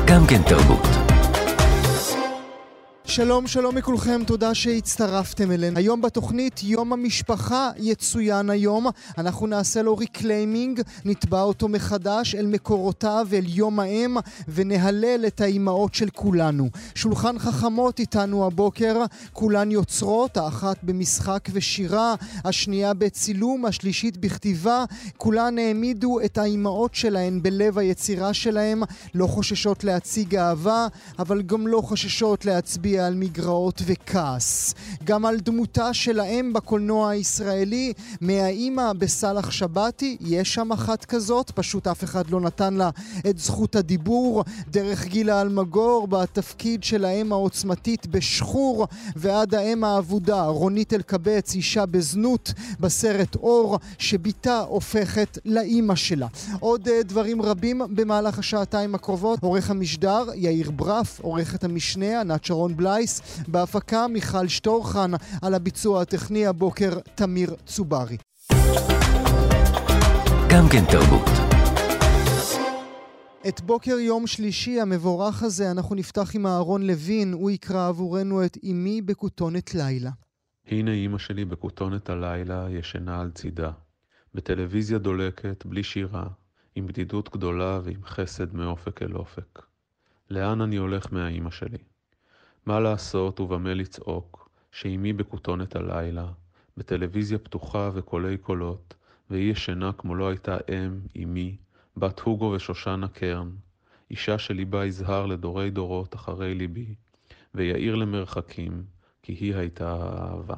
גם כן תרבות. שלום, שלום לכולכם, תודה שהצטרפתם אלינו. היום בתוכנית יום המשפחה יצוין היום. אנחנו נעשה לו ריקליימינג, נטבע אותו מחדש אל מקורותיו, אל יום האם, ונהלל את האימהות של כולנו. שולחן חכמות איתנו הבוקר, כולן יוצרות, האחת במשחק ושירה, השנייה בצילום, השלישית בכתיבה. כולן העמידו את האימהות שלהן בלב היצירה שלהן, לא חוששות להציג אהבה, אבל גם לא חוששות להצביע על מגרעות וכעס. גם על דמותה של האם בקולנוע הישראלי, מהאימא בסלח שבתי, יש שם אחת כזאת, פשוט אף אחד לא נתן לה את זכות הדיבור, דרך גילה אלמגור בתפקיד של האם העוצמתית בשחור, ועד האם האבודה, רונית אלקבץ, אישה בזנות, בסרט אור, שביתה הופכת לאימא שלה. עוד דברים רבים במהלך השעתיים הקרובות. עורך המשדר יאיר ברף, עורכת המשנה ענת שרון בלייס, בהפקה מיכל שטורחן, על הביצוע הטכני הבוקר תמיר צוברי. גם כן תרבות. את בוקר יום שלישי המבורך הזה אנחנו נפתח עם אהרון לוין, הוא יקרא עבורנו את אמי בכותונת לילה. הנה אמא שלי בכותונת הלילה ישנה על צידה, בטלוויזיה דולקת בלי שירה, עם בדידות גדולה ועם חסד מאופק אל אופק. לאן אני הולך מהאמא שלי? מה לעשות ובמה לצעוק, שאימי בכותונת הלילה, בטלוויזיה פתוחה וקולי קולות, והיא ישנה כמו לא הייתה אמי, בת הוגו ושושנה קרן, אישה שליבה יזהר לדורי דורות אחרי ליבי, ויעיר למרחקים, כי היא הייתה האהבה.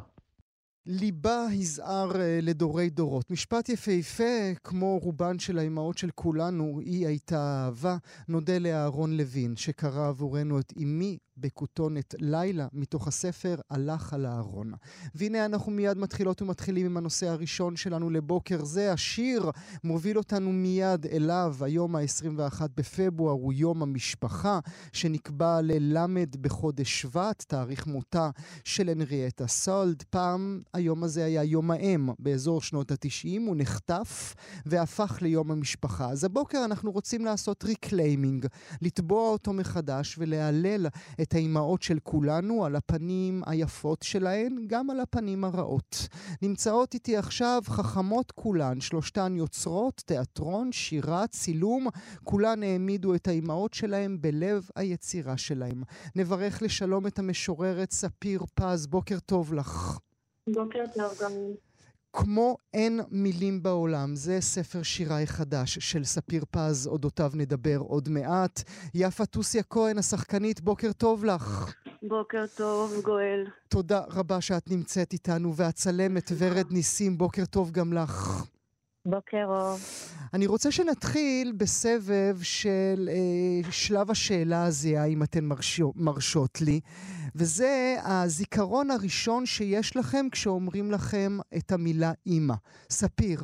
ליבה יזהר לדורי דורות. משפט יפהפה, כמו רובן של האימהות של כולנו, היא הייתה אהבה. נודה לאהרון לוין, שקרא עבורנו את אמי בכותונת לילה, מתוך הספר הלך על הארון. והנה אנחנו מיד מתחילות ומתחילים עם הנושא הראשון שלנו לבוקר זה. השיר מוביל אותנו מיד אליו. היום ה-21 בפברואר הוא יום המשפחה, שנקבע ללמד בחודש שבט, תאריך מותה של הנריאטה סולד. פעם היום הזה היה יום האם, באזור שנות ה-90 הוא נחטף והפך ליום המשפחה. אז הבוקר אנחנו רוצים לעשות ריקליימינג, לתבוע אותו מחדש ולהלל את האימהות של כולנו על הפנים היפות שלהן, גם על הפנים הרעות. נמצאות איתי עכשיו חכמות כולן, שלושתן יוצרות, תיאטרון, שירה, צילום, כולן העמידו את האימהות שלהן בלב היצירה שלהן. נברך לשלום את המשוררת ספיר פז, בוקר טוב לך. בוקר טוב גם. כמו אין מילים בעולם, זה ספר שירה חדש של ספיר פז, אודותיו נדבר עוד מעט. יפה טוסיה כהן, השחקנית, בוקר טוב לך. בוקר טוב, גואל. תודה רבה שאת נמצאת איתנו, והצלמת ורד ניסים, בוקר טוב גם לך. בוקר אור. אני רוצה שנתחיל בסבב של שלב השאלה הזה, אם אתן מרשות לי, וזה הזיכרון הראשון שיש לכם כשאומרים לכם את המילה אמא. ספיר.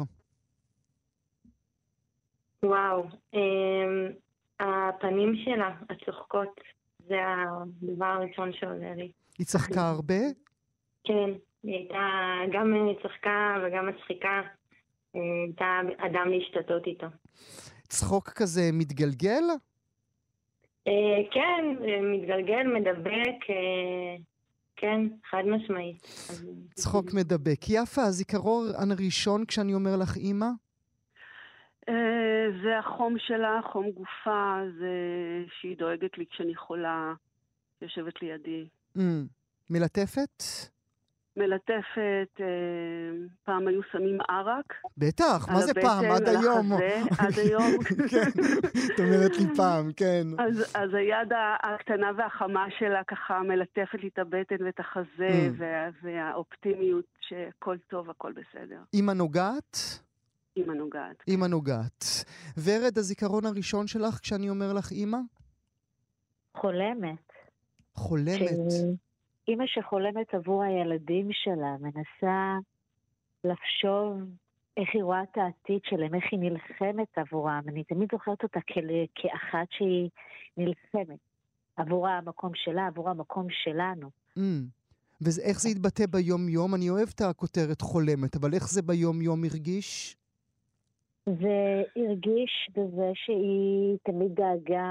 וואו, הפנים שלה, הצוחקות, זה הדבר הראשון שעולה לי. היא צחקה הרבה? כן, היא הייתה גם צחקה וגם מצחיקה. הייתה אדם להשתתות איתו. צחוק כזה מתגלגל? כן, מתגלגל, מדבק, כן, חד משמעית. צחוק מדבק. יפה, הזיכרון הראשון כשאני אומר לך אמא? זה החום שלה, חום גופה, זה שהיא דואגת לי כשאני חולה, יושבת לידי. מלטפת? מלטפת, פעם היו שמים ערק. בטח, מה זה פעם? עד היום. עד היום. כן, את אומרת לי פעם, כן. אז היד הקטנה והחמה שלה ככה מלטפת לי את הבטן ואת החזה, והאופטימיות שהכל טוב, הכל בסדר. אמא נוגעת? אמא נוגעת. אמא נוגעת. ורד, הזיכרון הראשון שלך כשאני אומר לך אמא? חולמת. חולמת. אמא שחולמת עבור הילדים שלה, מנסה לחשוב איך היא רואה את העתיד שלהם, איך היא נלחמת עבורם. אני תמיד זוכרת אותה כאחת שהיא נלחמת עבור המקום שלה, עבור המקום שלנו. ואיך זה התבטא ביום יום? אני אוהב את הכותרת חולמת, אבל איך זה ביום יום הרגיש? זה הרגיש בזה שהיא תמיד דאגה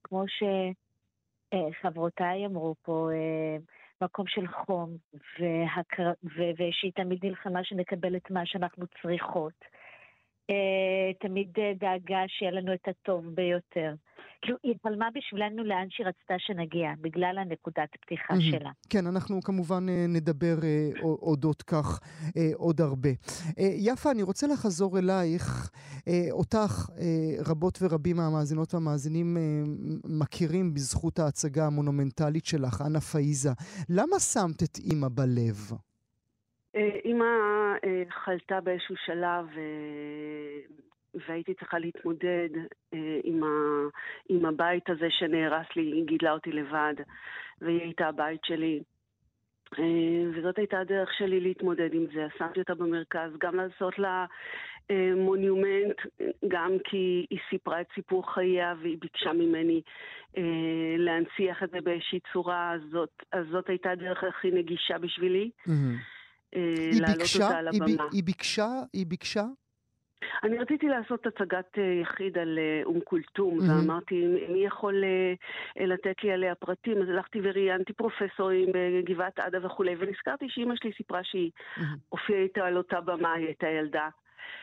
כמו שחברותיי אמרו פה, מקום של חום, ושהיא תמיד נלחמה שנקבל את מה שאנחנו צריכות. תמיד דאגה שיהיה לנו את הטוב ביותר. כאילו, היא חלמה בשבילנו לאן שהיא רצתה שנגיע, בגלל הנקודת פתיחה שלה. כן, אנחנו כמובן נדבר אודות כך עוד הרבה. יפה, אני רוצה לחזור אלייך. אותך רבות ורבים מהמאזינות והמאזינים מכירים בזכות ההצגה המונומנטלית שלך, אנה פאיזה. למה שמת את אמא בלב? אמא חלתה באיזשהו שלב והייתי צריכה להתמודד עם הבית הזה שנהרס לי, היא גידלה אותי לבד, והיא הייתה הבית שלי. וזאת הייתה הדרך שלי להתמודד עם זה. שמתי אותה במרכז, גם לעשות לה מונומנט, גם כי היא סיפרה את סיפור חייה והיא ביקשה ממני להנציח את זה באיזושהי צורה. אז זאת הייתה הדרך הכי נגישה בשבילי. להעלות אותה על הבמה. היא ביקשה? אני רציתי לעשות הצגת יחיד על קולטום, ואמרתי, מי יכול לתת לי עליה פרטים? אז הלכתי וראיינתי פרופסורים בגבעת עדה וכו', ונזכרתי שאמא שלי סיפרה שהיא הופיעה איתה על אותה במה, היא הייתה ילדה.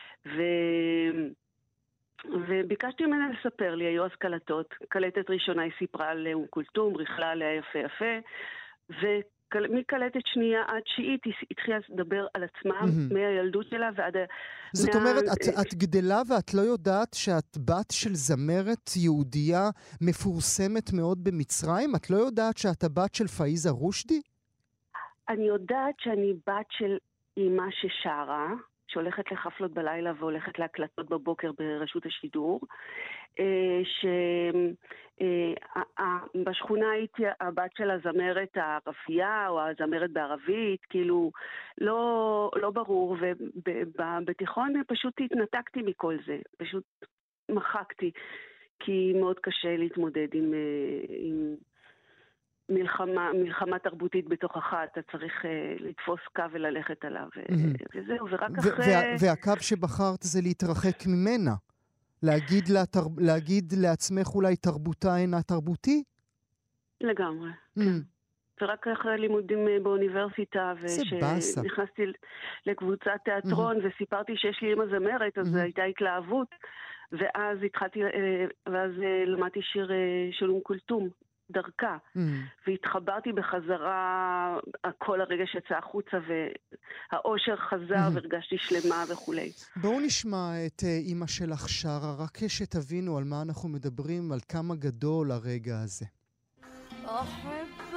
וביקשתי ממנה לספר לי, היו אז קלטות. קלטת ראשונה היא סיפרה על קולטום, ריכלה עליה יפה יפה, מקלטת שנייה עד שיעית היא התחילה לדבר על עצמה מהילדות שלה ועד... זאת אומרת, את גדלה ואת לא יודעת שאת בת של זמרת יהודייה מפורסמת מאוד במצרים? את לא יודעת שאת הבת של פאיזה רושדי? אני יודעת שאני בת של אמא ששרה, שהולכת לחפלות בלילה והולכת להקלטות בבוקר ברשות השידור, שבשכונה הייתי הבת של הזמרת הערבייה או הזמרת בערבית, כאילו לא ברור, ובתיכון פשוט התנתקתי מכל זה, פשוט מחקתי, כי מאוד קשה להתמודד עם מלחמה תרבותית בתוכך, אתה צריך לתפוס קו וללכת עליו, וזהו, ורק אחרי... והקו שבחרת זה להתרחק ממנה, להגיד לעצמך אולי תרבותה אינה תרבותי? לגמרי, כן. ורק אחרי לימודים באוניברסיטה, ושנכנסתי לקבוצת תיאטרון וסיפרתי שיש לי אמא זמרת, אז הייתה התלהבות, ואז למדתי שיר של קולטום. דרכה, והתחברתי בחזרה, כל הרגע שיצא החוצה, והאושר חזר, והרגשתי שלמה וכולי. בואו נשמע את אמא שלך שרה, רק שתבינו על מה אנחנו מדברים, על כמה גדול הרגע הזה. أحبك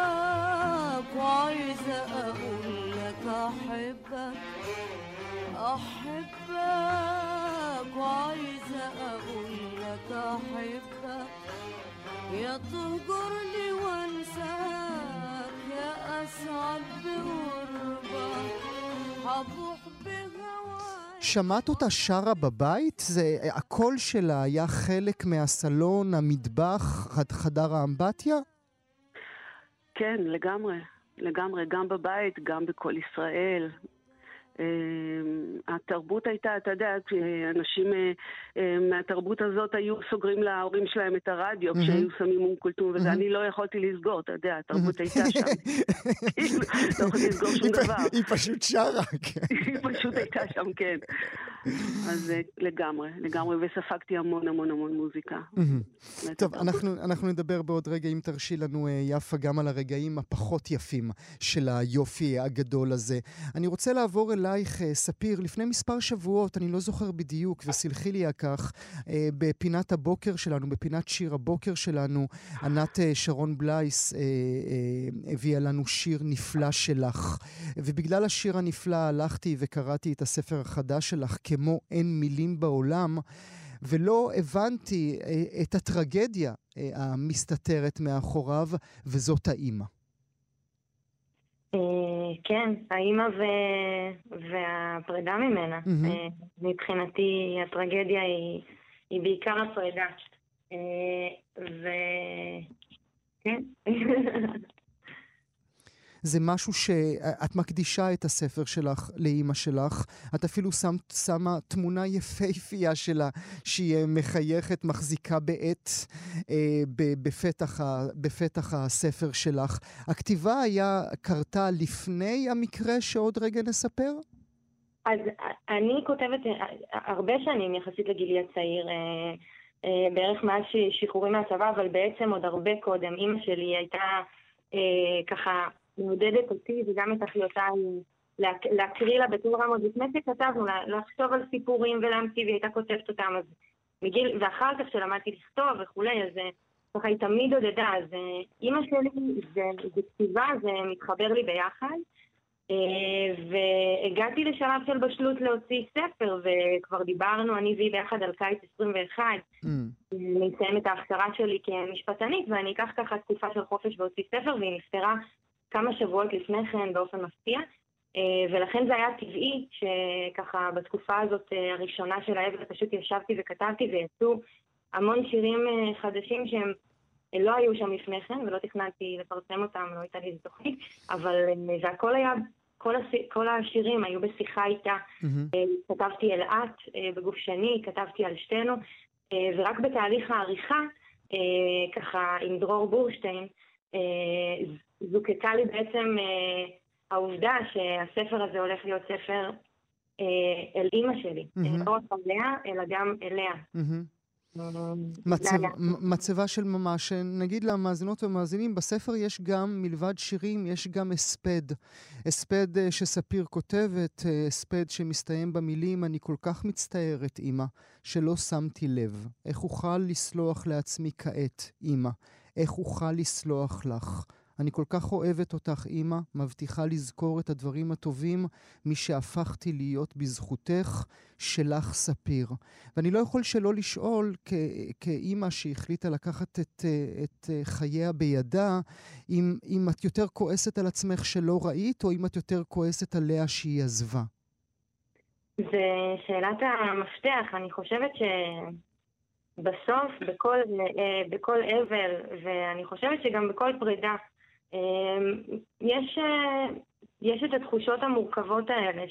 وعايزة أقول لك أحبك أحبك وعايزة أقول لك أحبك يا تهجرني وانساك يا أسعد بقربك حبوح بهواك. שמעת אותה שרה בבית? הקול שלה היה חלק מהסלון, המטבח, חדר האמבטיה? כן, לגמרי. לגמרי, גם בבית, גם בכל ישראל. התרבות הייתה, אתה יודע, אנשים מהתרבות הזאת היו סוגרים להורים שלהם את הרדיו כשהיו שמים קולטום וזה, אני לא יכולתי לסגור, אתה יודע, התרבות הייתה שם. לא יכולתי לסגור שום דבר. היא פשוט שרה, כן. היא פשוט הייתה שם, כן. אז לגמרי, וספגתי המון המון המון מוזיקה. טוב, אנחנו נדבר בעוד רגע, אם תרשי לנו, יפה, גם על הרגעים הפחות יפים של היופי הגדול הזה. אני רוצה לעבור אלייך, ספיר, לפני מספר שבועות, אני לא זוכר בדיוק, וסלחי לי כך, בפינת הבוקר שלנו, בפינת שיר הבוקר שלנו, ענת שרון בלייס הביאה לנו שיר נפלא שלך, ובגלל השיר הנפלא הלכתי וקראתי את הספר החדש שלך, כמו אין מילים בעולם, ולא הבנתי את הטרגדיה המסתתרת מאחוריו, וזאת האמא. כן, האמא והפרידה ממנה. מבחינתי הטרגדיה היא בעיקר הפרידה. וכן. זה משהו שאת מקדישה את הספר שלך לאמא שלך. את אפילו שמה תמונה יפהפייה שלה, שהיא מחייכת, מחזיקה בעט בפתח הספר שלך. הכתיבה קרתה לפני המקרה שעוד רגע נספר? אז אני כותבת הרבה שנים יחסית לגילי הצעיר, בערך מאז שחרורי מהצבא, אבל בעצם עוד הרבה קודם. אמא שלי הייתה ככה מעודדת אותי וגם את אחיותיי להקריא לה בתור רמות. לפני שכתבנו, לחשוב על סיפורים ולהמציא, והיא הייתה כותבת אותם. אז ואחר כך שלמדתי לכתוב וכולי, אז ככה היא תמיד עודדה. אז אמא שלי זה כתיבה, זה מתחבר לי ביחד. והגעתי לשלב של בשלות להוציא ספר, וכבר דיברנו אני והיא ביחד על קיץ 21. אני אסיים את ההכשרה שלי כמשפטנית, ואני אקח ככה תקופה של חופש והוציא ספר, והיא נפטרה כמה שבועות לפני כן באופן מפתיע, ולכן זה היה טבעי שככה בתקופה הזאת הראשונה של האבל פשוט ישבתי וכתבתי, ויצאו המון שירים חדשים שהם לא היו שם לפני כן, ולא תכננתי לפרסם אותם, לא הייתה לי איזו תוכנית, אבל זה הכל היה, כל השירים היו בשיחה איתה. כתבתי אלעט בגוף שני, כתבתי על שתינו, ורק בתהליך העריכה, ככה עם דרור בורשטיין, זוקקה לי בעצם העובדה שהספר הזה הולך להיות ספר אל אמא שלי, לא רק עליה, אלא גם אליה. מצבה של ממש. נגיד למאזינות ומאזינים, בספר יש גם, מלבד שירים, יש גם הספד שספיר כותבת, הספד שמסתיים במילים: אני כל כך מצטערת אמא שלא שמתי לב, איך אוכל לסלוח לעצמי כעת אמא, איך אוכל לסלוח לך, אני כל כך אוהבת אותך אמא, מבטיחה לזכור את הדברים הטובים מי שהפכתי להיות בזכותך, שלך ספיר. ואני לא יכול שלא לשאול כאמא שהחליטה לקחת את חייה בידה, אם את יותר כועסת על עצמך שלא ראית, או אם את יותר כועסת עליה שהיא עזבה. זה שאלת המפתח. אני חושבת שבסוף בכל אבל, ואני חושבת שגם בכל פרידה, יש את התחושות המורכבות האלה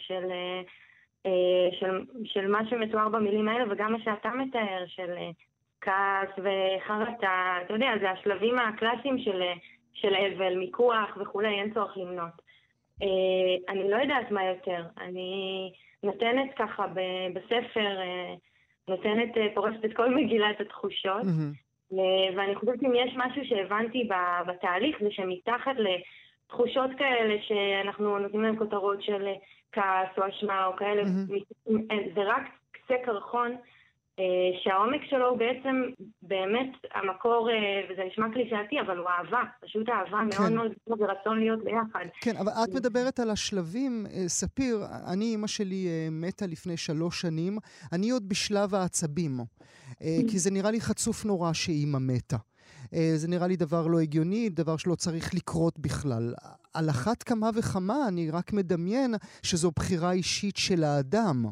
של מה שמתואר במילים האלה, וגם מה שאתה מתאר, של כעס וחרטה. אתה יודע, זה השלבים הקלאסיים של אבל, מיקוח וכולי, אין צורך למנות. אני לא יודעת מה יותר. אני נותנת ככה בספר, פורסת את כל מגילת התחושות, ואני חושבת אם יש משהו שהבנתי בתהליך, זה שמתחת לתחושות כאלה שאנחנו נותנים להם כותרות של כעס או אשמה או כאלה, זה רק קצה קרחון, שהעומק שלו הוא בעצם באמת המקור, וזה נשמע קלישאתי, אבל הוא אהבה, פשוט אהבה מאוד מאוד ורצון להיות ביחד. כן, אבל את מדברת על השלבים. ספיר, אמא שלי מתה לפני 3 שנים, אני עוד בשלב העצבים, כי זה נראה לי חצוף נורא שאמא מתה. זה נראה לי דבר לא הגיוני, דבר שלא צריך לקרות בכלל. על אחת כמה וכמה אני רק מדמיין שזו בחירה אישית של האדם.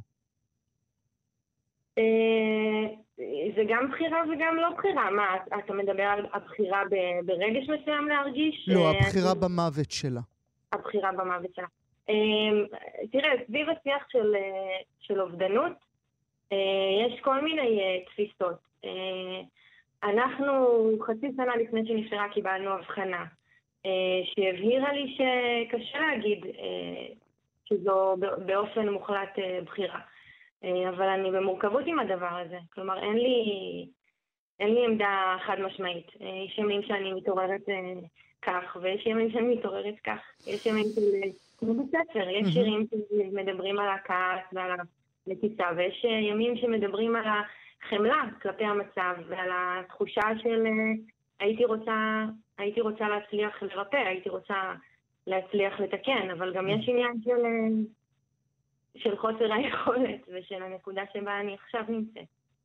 זה גם בחירה וגם לא בחירה. מה, אתה מדבר על הבחירה ברגש מסוים להרגיש? לא, הבחירה במוות שלה. הבחירה במוות שלה. תראה, סביב השיח של אובדנות, יש כל מיני תפיסות. אנחנו חצי שנה לפני שנפטרה קיבלנו הבחנה, שהבהירה לי שקשה להגיד שזו באופן מוחלט בחירה. אבל אני במורכבות עם הדבר הזה. כלומר, אין לי עמדה חד משמעית. יש ימים שאני מתעוררת כך, ויש ימים שאני מתעוררת כך. יש ימים כמו בספר, יש שירים שמדברים על הכעס ועל הנטיסה, ויש ימים שמדברים על החמלה כלפי המצב, ועל התחושה של הייתי רוצה להצליח לרפא, הייתי רוצה להצליח לתקן, אבל גם יש עניין של חוסר היכולת ושל הנקודה שבה אני עכשיו נמצאת.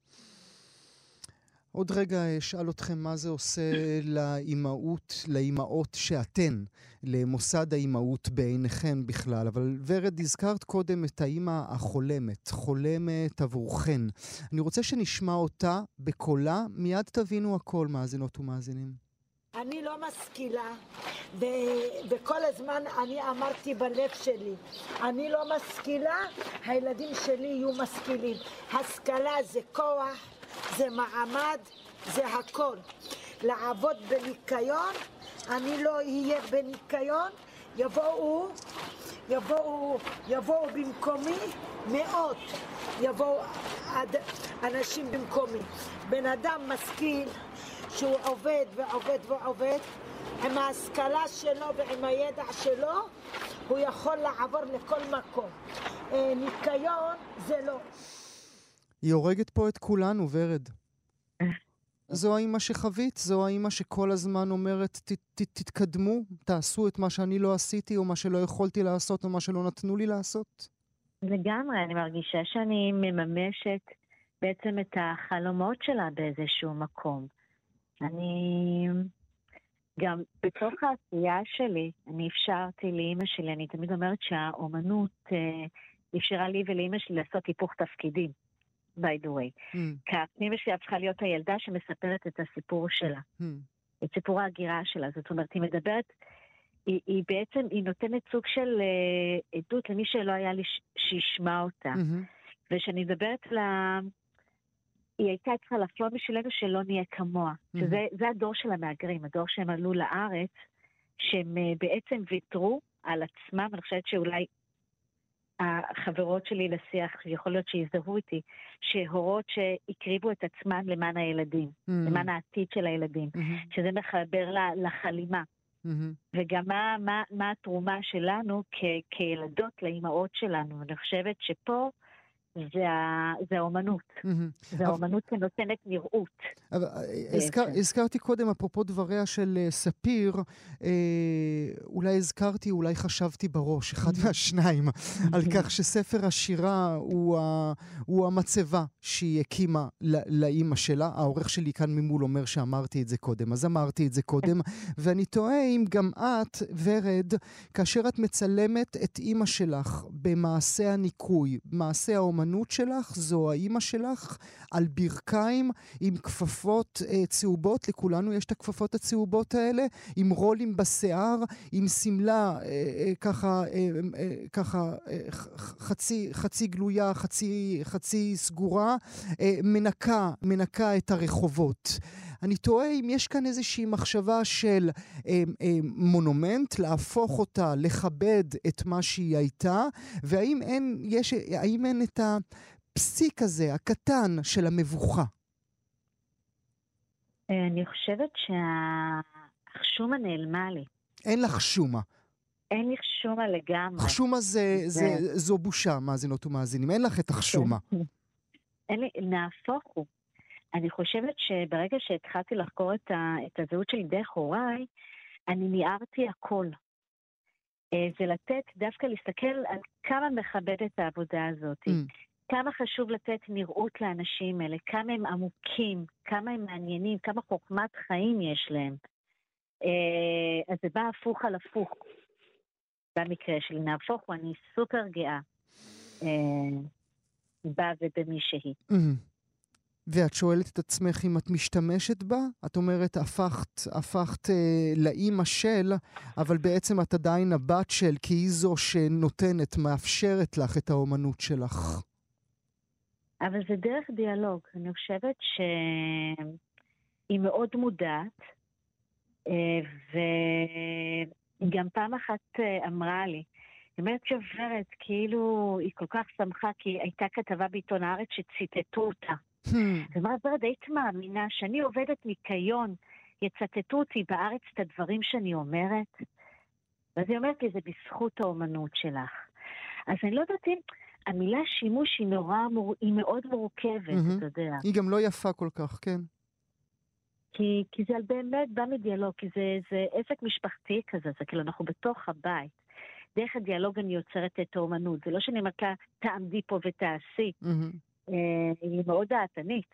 עוד רגע אשאל אתכם מה זה עושה לאימהות שאתן, למוסד האימהות בעיניכן בכלל. אבל ורד, הזכרת קודם את האימא החולמת, חולמת עבורכן. אני רוצה שנשמע אותה בקולה, מיד תבינו הכל, מאזינות ומאזינים. אני לא משכילה, וכל הזמן אני אמרתי בלב שלי, אני לא משכילה, הילדים שלי יהיו משכילים. השכלה זה כוח, זה מעמד, זה הכל. לעבוד בניקיון, אני לא אהיה בניקיון, יבואו במקומי מאות, יבואו אנשים במקומי. בן אדם משכיל שהוא עובד ועובד ועובד, עם ההשכלה שלו ועם הידע שלו, הוא יכול לעבור לכל מקום. ניקיון זה לא. היא הורגת פה את כולנו, ורד. זו האמא שחווית, זו האמא שכל הזמן אומרת, תתקדמו, תעשו את מה שאני לא עשיתי, או מה שלא יכולתי לעשות, או מה שלא נתנו לי לעשות. לגמרי, אני מרגישה שאני מממשת בעצם את החלומות שלה באיזשהו מקום. אני גם בתוך העשייה שלי, אני אפשרתי לאמא שלי, אני תמיד אומרת שהאומנות אפשרה לי ולאמא שלי לעשות היפוך תפקידים. by the way. כי הפנימה שלי הפכה להיות הילדה שמספרת את הסיפור שלה. את סיפור ההגירה שלה. זאת אומרת, היא מדברת, היא בעצם, היא נותנת סוג של עדות למי שלא היה לי שישמע אותה. ושאני מדברת היא הייתה צריכה לחלום בשבילנו שלא נהיה כמוה. שזה הדור של המהגרים, הדור שהם עלו לארץ, שהם בעצם ויתרו על עצמם, אני חושבת שאולי החברות שלי לשיח, יכול להיות שיזדהו איתי, שהורות שהקריבו את עצמם למען הילדים, למען העתיד של הילדים, שזה מחבר לחלימה. וגם מה התרומה שלנו כילדות לאמהות שלנו. אני חושבת שפה זה האומנות. זה האומנות שנותנת נראות. הזכרתי קודם, אפרופו דבריה של ספיר, אולי הזכרתי, אולי חשבתי בראש, אחד מהשניים, על כך שספר השירה הוא המצבה שהיא הקימה לאמא שלה. העורך שלי כאן ממול אומר שאמרתי את זה קודם, אז אמרתי את זה קודם, ואני תוהה אם גם את, ורד, כאשר את מצלמת את אמא שלך במעשה הניקוי, מעשה האומנות שלך, זו האמא שלך על ברכיים עם כפפות צהובות, לכולנו יש את הכפפות הצהובות האלה, עם רולים בשיער, עם סמלה ככה חצי גלויה, חצי סגורה, מנקה את הרחובות. אני תוהה אם יש כאן איזושהי מחשבה של מונומנט, להפוך אותה, לכבד את מה שהיא הייתה, והאם אין את הפסיק הזה, הקטן של המבוכה? אני חושבת שהחשומה נעלמה לי. אין לך שומה. אין לי חשומה לגמרי. חשומה זו בושה, מאזינות ומאזינים. אין לך את החשומה. נהפוך הוא. אני חושבת שברגע שהתחלתי לחקור את הזהות שלי דרך הוריי, אני ניערתי הכל. זה לתת, דווקא להסתכל על כמה מכבדת העבודה הזאת. כמה חשוב לתת נראות לאנשים האלה, כמה הם עמוקים, כמה הם מעניינים, כמה חוכמת חיים יש להם. אז זה בא הפוך על הפוך. במקרה שלי נהפוך הוא, אני סופר גאה. בה ובמי שהיא. ואת שואלת את עצמך אם את משתמשת בה? את אומרת, הפכת לאמא של, אבל בעצם את עדיין הבת של, כי היא זו שנותנת, מאפשרת לך את האומנות שלך. אבל זה דרך דיאלוג. אני חושבת שהיא מאוד מודעת, וגם פעם אחת אמרה לי, היא אומרת שוברת, כאילו היא כל כך שמחה, כי הייתה כתבה בעיתון הארץ שציטטו אותה. זאת אומרת, ורד, היית מאמינה שאני עובדת ניקיון, יצטטו אותי בארץ את הדברים שאני אומרת? ואז היא אומרת לי, זה בזכות האומנות שלך. אז אני לא יודעת אם המילה שימוש היא מאוד מורכבת, אתה יודע. היא גם לא יפה כל כך, כן. כי זה באמת בא מדיאלוג, כי זה עסק משפחתי כזה, זה כאילו אנחנו בתוך הבית. דרך הדיאלוג אני יוצרת את האומנות. זה לא שאני אומרת לה, תעמדי פה ותעשי. היא מאוד דעתנית.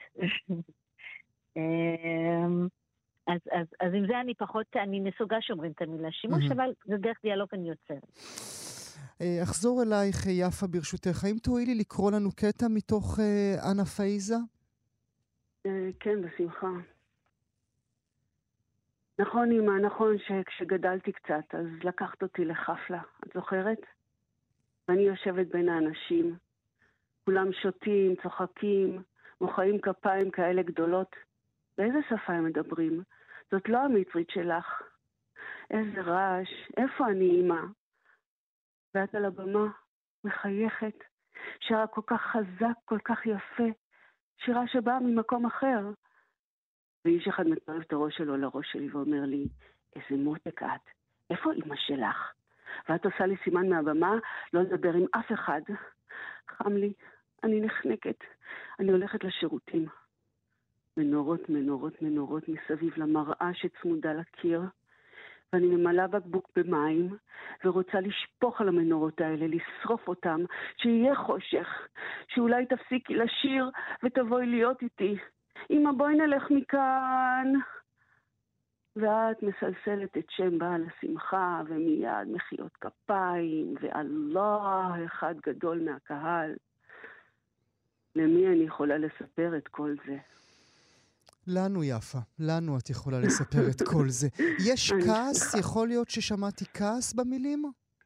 אז עם זה אני נסוגה שאומרים את המילה שימוש, אבל זה דרך דיאלוג אני יוצרת. אחזור אלייך, יפה, ברשותך. האם תואילי לקרוא לנו קטע מתוך אנה פאיזה? כן, בשמחה. נכון, אמא, נכון שכשגדלתי קצת, אז לקחת אותי לחפלה, את זוכרת? ואני יושבת בין האנשים, כולם שותים, צוחקים, מוחאים כפיים כאלה גדולות. באיזה שפה הם מדברים? זאת לא המצרית שלך. איזה רעש, איפה אני, אמא? ואת על הבמה, מחייכת, שירה כל כך חזק, כל כך יפה, שירה שבאה ממקום אחר. ואיש אחד מתקרב את הראש שלו לראש שלי ואומר לי, איזה מותק את, איפה אמא שלך? ואת עושה לי סימן מהבמה, לא לדבר עם אף אחד. חם לי, אני נחנקת, אני הולכת לשירותים. מנורות, מנורות, מנורות מסביב למראה שצמודה לקיר, ואני ממלאה בקבוק במים, ורוצה לשפוך על המנורות האלה, לשרוף אותם, שיהיה חושך, שאולי תפסיקי לשיר ותבואי להיות איתי. אמא, בואי נלך מכאן. ואת מסלסלת את שם בעל השמחה, ומיד מחיאות כפיים, ואללה אחד גדול מהקהל. למי אני יכולה לספר את כל זה? לנו, יפה. לנו את יכולה לספר את כל זה. יש כעס? יכול להיות ששמעתי כעס במילים?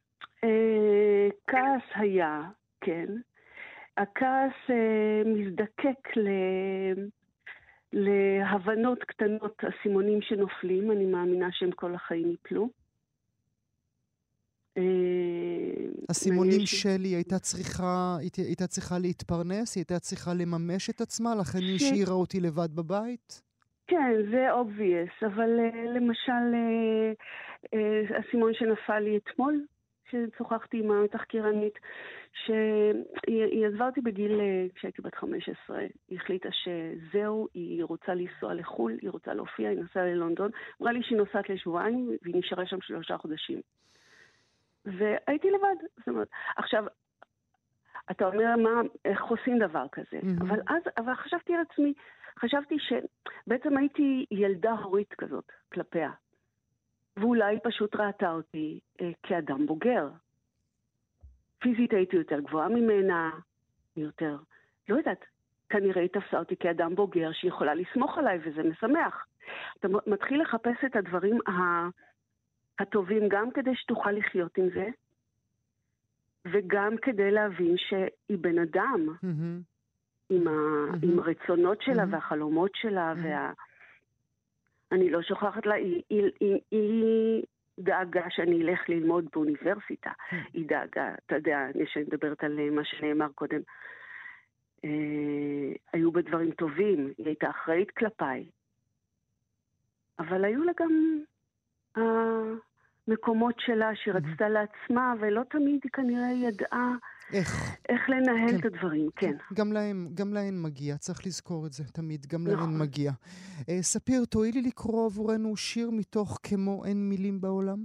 כעס היה, כן. הכעס מזדקק להבנות קטנות, הסימונים שנופלים, אני מאמינה שהם כל החיים יפלו. הסימונים שלי הייתה צריכה להתפרנס, היא הייתה צריכה לממש את עצמה, לכן היא השאירה אותי לבד בבית? כן, זה obvious, אבל למשל הסימון שנפל לי אתמול, ששוחחתי עם התחקירנית, שהיא עזבה אותי בגיל, כשהייתי בת 15, היא החליטה שזהו, היא רוצה לנסוע לחול, היא רוצה להופיע, היא נסעה ללונדון, אמרה לי שהיא נוסעת לשבועיים, והיא נשארה שם 3 חודשים. והייתי לבד, זאת אומרת, עכשיו, אתה אומר איך עושים דבר כזה, אבל חשבתי על עצמי, חשבתי שבעצם הייתי ילדה הורית כזאת כלפיה, ואולי פשוט ראתה אותי כאדם בוגר. פיזית הייתי יותר גבוהה ממנה, יותר, לא יודעת, כנראה היא תפסה אותי כאדם בוגר שיכולה לסמוך עליי, וזה משמח. אתה מתחיל לחפש את הדברים הטובים גם כדי שתוכל לחיות עם זה, וגם כדי להבין שהיא בן אדם, עם הרצונות שלה והחלומות שלה, אני לא שוכחת לה, היא דאגה שאני אלך ללמוד באוניברסיטה, היא דאגה, אתה יודע, שאני מדברת על מה שנאמר קודם, היו בדברים טובים, היא הייתה אחראית כלפיי, אבל היו לה גם המקומות שלה שהיא רצתה לעצמה, ולא תמיד היא כנראה ידעה איך לנהל את הדברים, כן. גם להן מגיע, צריך לזכור את זה תמיד, גם להן מגיע. ספיר, תואילי לקרוא עבורנו שיר מתוך כמו אין מילים בעולם?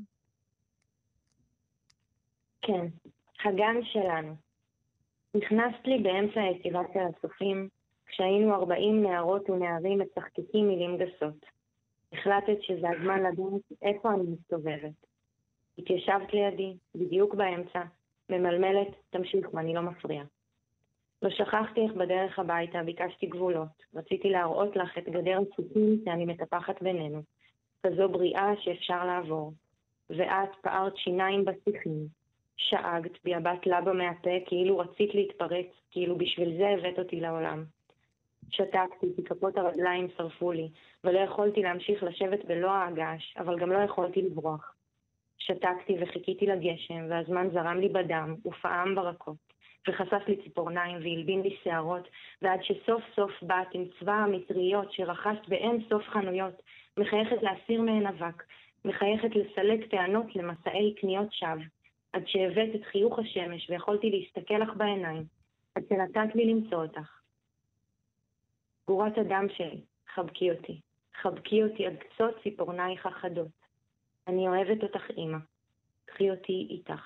כן, הגן שלנו. נכנסת לי באמצע היצירה של הסופים, כשהיינו 40 נערות ונערים מצחקקים מילים גסות. החלטת שזה הזמן לדעת איפה אני מסתובבת. התיישבת לידי, בדיוק באמצע, ממלמלת, תמשיך, אני לא מפריע. לא שכחתי איך בדרך הביתה, ביקשתי גבולות. רציתי להראות לך את גדר הסופים שאני מטפחת בינינו. כזו בריאה שאפשר לעבור. ואת פערת שיניים בשיחים. שאגת בהבט לבה מהפה, כאילו רצית להתפרץ, כאילו בשביל זה הבאת אותי לעולם. שתקתי, כי כפות הרגליים שרפו לי, ולא יכולתי להמשיך לשבת בלא ההגש, אבל גם לא יכולתי לברוח. שתקתי וחיכיתי לגשם, והזמן זרם לי בדם, ופעם ברקות, וחשף לי ציפורניים והלבין לי שערות, ועד שסוף סוף באת עם צבא המטריות שרכשת באין סוף חנויות, מחייכת להסיר מהן אבק, מחייכת לסלק טענות למסעי קניות שווא, עד שהבאת את חיוך השמש ויכולתי להסתכל לך בעיניים, עד שנתת לי למצוא אותך. גורת הדם שלי, חבקי אותי עד קצות ציפורנייך החדות. אני אוהבת אותך, אמא. קחי אותי איתך.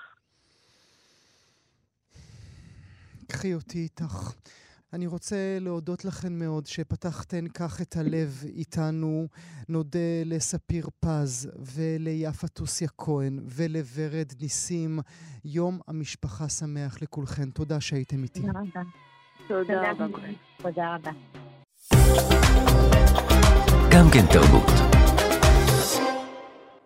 קחי אותי איתך. אני רוצה להודות לכן מאוד שפתחתן כך את הלב איתנו. נודה לספיר פז וליפה תוסיה כהן ולוורד ניסים. יום המשפחה שמח לכולכן. תודה שהייתם איתי. תודה רבה. תודה רבה. תודה רבה. גם כן תרבות.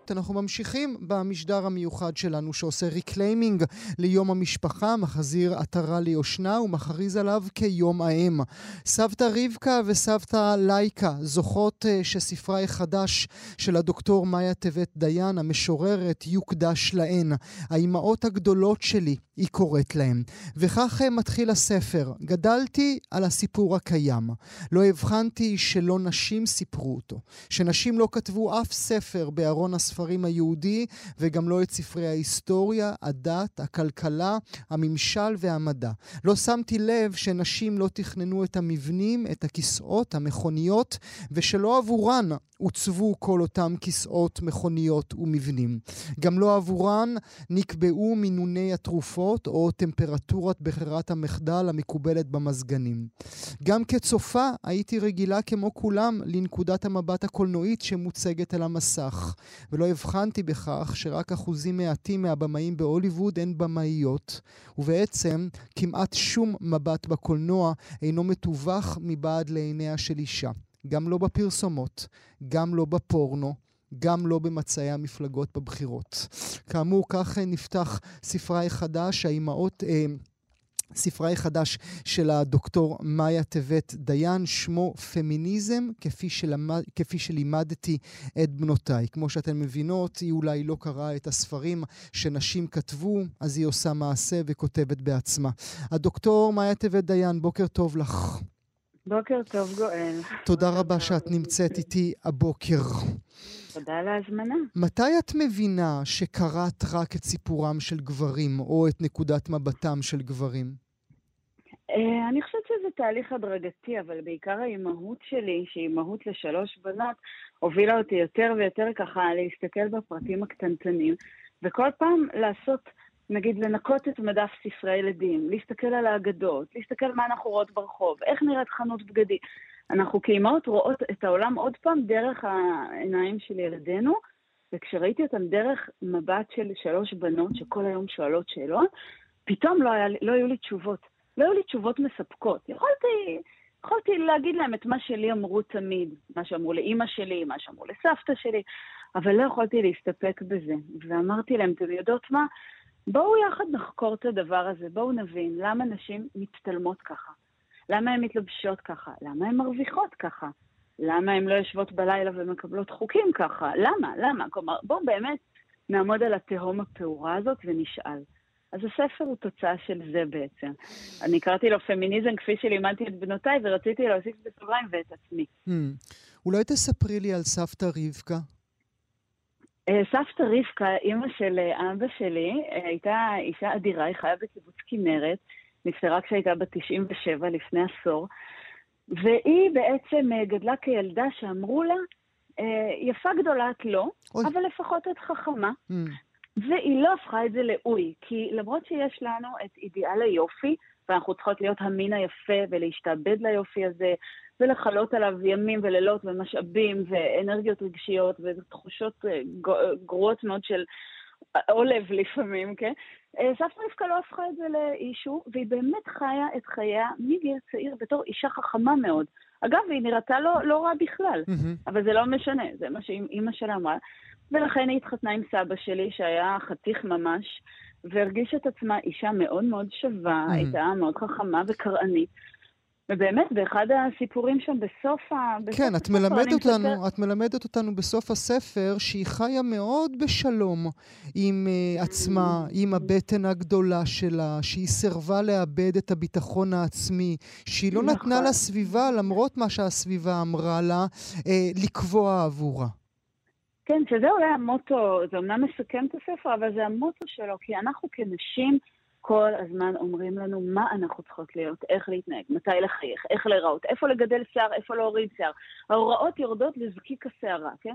דקות. אנחנו ממשיכים במשדר המיוחד שלנו שעושה ריקליימינג ליום המשפחה, מחזיר עטרה ליושנה ומכריז עליו כיום האם. סבתא רבקה וסבתא לייקה זוכות שספרה החדש של הדוקטור מאיה טבת דיין, המשוררת, יוקדש להן. האימהות הגדולות שלי, היא קוראת להם. וכך מתחיל הספר. גדלתי על הסיפור הקיים. לא הבחנתי שלא נשים סיפרו אותו. שנשים לא כתבו אף ספר בארון הספרים היהודי, וגם לא את ספרי ההיסטוריה, הדת, הכלכלה, הממשל והמדע. לא שמתי לב שנשים לא תכננו את המבנים, את הכיסאות, המכוניות, ושלא עבורן עוצבו כל אותם כיסאות, מכוניות ומבנים. גם לא עבורן נקבעו מינוני התרופות או טמפרטורת ברירת המחדל המקובלת במזגנים. גם כצופה הייתי רגילה כמו כולם לנקודת המבט הקולנועית שמוצגת על המסך, ולא הבחנתי בכך שרק אחוזים מעטים מהבמאים בהוליווד הן במאיות, ובעצם כמעט שום מבט בקולנוע אינו מתווך מבעד לעיניה של אישה. גם לא בפרסומות, גם לא בפורנו, גם לא במצעי המפלגות בבחירות. כאמור, כך נפתח ספרה חדש, ספרה חדש של הדוקטור מאיה טבת דיין, שמו פמיניזם, כפי שלימדתי את בנותיי. כמו שאתן מבינות, היא אולי לא קראה את הספרים שנשים כתבו, אז היא עושה מעשה וכותבת בעצמה. הדוקטור מאיה טבת דיין, בוקר טוב לך. בוקר טוב גואל. תודה רבה שאת נמצאת איתי הבוקר. תודה על ההזמנה. מתי את מבינה שקראת רק את סיפורם של גברים, או את נקודת מבטם של גברים? אני חושבת שזה תהליך הדרגתי, אבל בעיקר האימהות שלי, שהיא אימהות ל3 בנות, הובילה אותי יותר ויותר ככה להסתכל בפרטים הקטנטנים, וכל פעם לעשות, נגיד, לנקות את מדף ספרי ילדים, להסתכל על האגדות, להסתכל מה אנחנו רואות ברחוב, איך נראית חנות בגדי. אנחנו כאימהות רואות את העולם עוד פעם דרך העיניים של ילדינו, וכשראיתי אותם דרך מבט של 3 בנות שכל היום שואלות שאלות, פתאום לא היו לי תשובות. לא היו לי תשובות מספקות. יכולתי להגיד להם את מה שלי אמרו תמיד, מה שאמרו לאמא שלי, מה שאמרו לסבתא שלי, אבל לא יכולתי להסתפק בזה. ואמרתי להם, אתם יודעות מה? בואו יחד נחקור את הדבר הזה, בואו נבין למה נשים מצטלמות ככה, למה הן מתלבשות ככה, למה הן מרוויחות ככה, למה הן לא יושבות בלילה ומקבלות חוקים ככה, למה? כלומר, בואו באמת נעמוד על התהום הפעורה הזאת ונשאל. אז הספר הוא תוצאה של זה בעצם. אני קראתי לו פמיניזם כפי שלימדתי את בנותיי, ורציתי להוסיף בסוגריים ואת עצמי. אולי תספרי לי על סבתא רבקה? סבתא רבקה, אמא של אבא שלי, הייתה אישה אדירה, היא חיה בקיבוץ כנרת, נפטרה כשהייתה בת 97 לפני עשור, והיא בעצם גדלה כילדה שאמרו לה, יפה גדולה את לא, אבל לפחות את חכמה. והיא לא הפכה את זה לאוי, כי למרות שיש לנו את אידיאל היופי, ואנחנו צריכות להיות המין היפה ולהשתעבד ליופי הזה, ולחלות עליו ימים ולילות ומשאבים ואנרגיות רגשיות ותחושות גרועות מאוד של עולב לפעמים, כן? סבתא רבקה לא הפכה את זה לאישו, והיא באמת חיה את חייה מגיל צעיר בתור אישה חכמה מאוד. אגב, היא נראתה לא רע בכלל, אבל זה לא משנה, זה מה שאמא שלה אמרה. ולכן היא התחתנה עם סבא שלי, שהיה חתיך ממש, והרגיש את עצמה אישה מאוד מאוד שווה, הייתה מאוד חכמה וקראנית. ובאמת, באחד הסיפורים שם בסוף כן, את מלמדת אותנו בסוף הספר שהיא חיה מאוד בשלום עם עצמה, עם הבטן הגדולה שלה, שהיא סירבה לאבד את הביטחון העצמי, שהיא לא נתנה לסביבה, למרות מה שהסביבה אמרה לה, לקבוע עבורה. כן, שזה אולי המוטו, זה אומנם מסכם את הספר, אבל זה המוטו שלו, כי אנחנו כנשים כל הזמן אומרים לנו מה אנחנו צריכות להיות, איך להתנהג, מתי לחייך, איך להיראות, איפה לגדל שיער, איפה להוריד שיער. ההוראות יורדות לזקיק השערה, כן?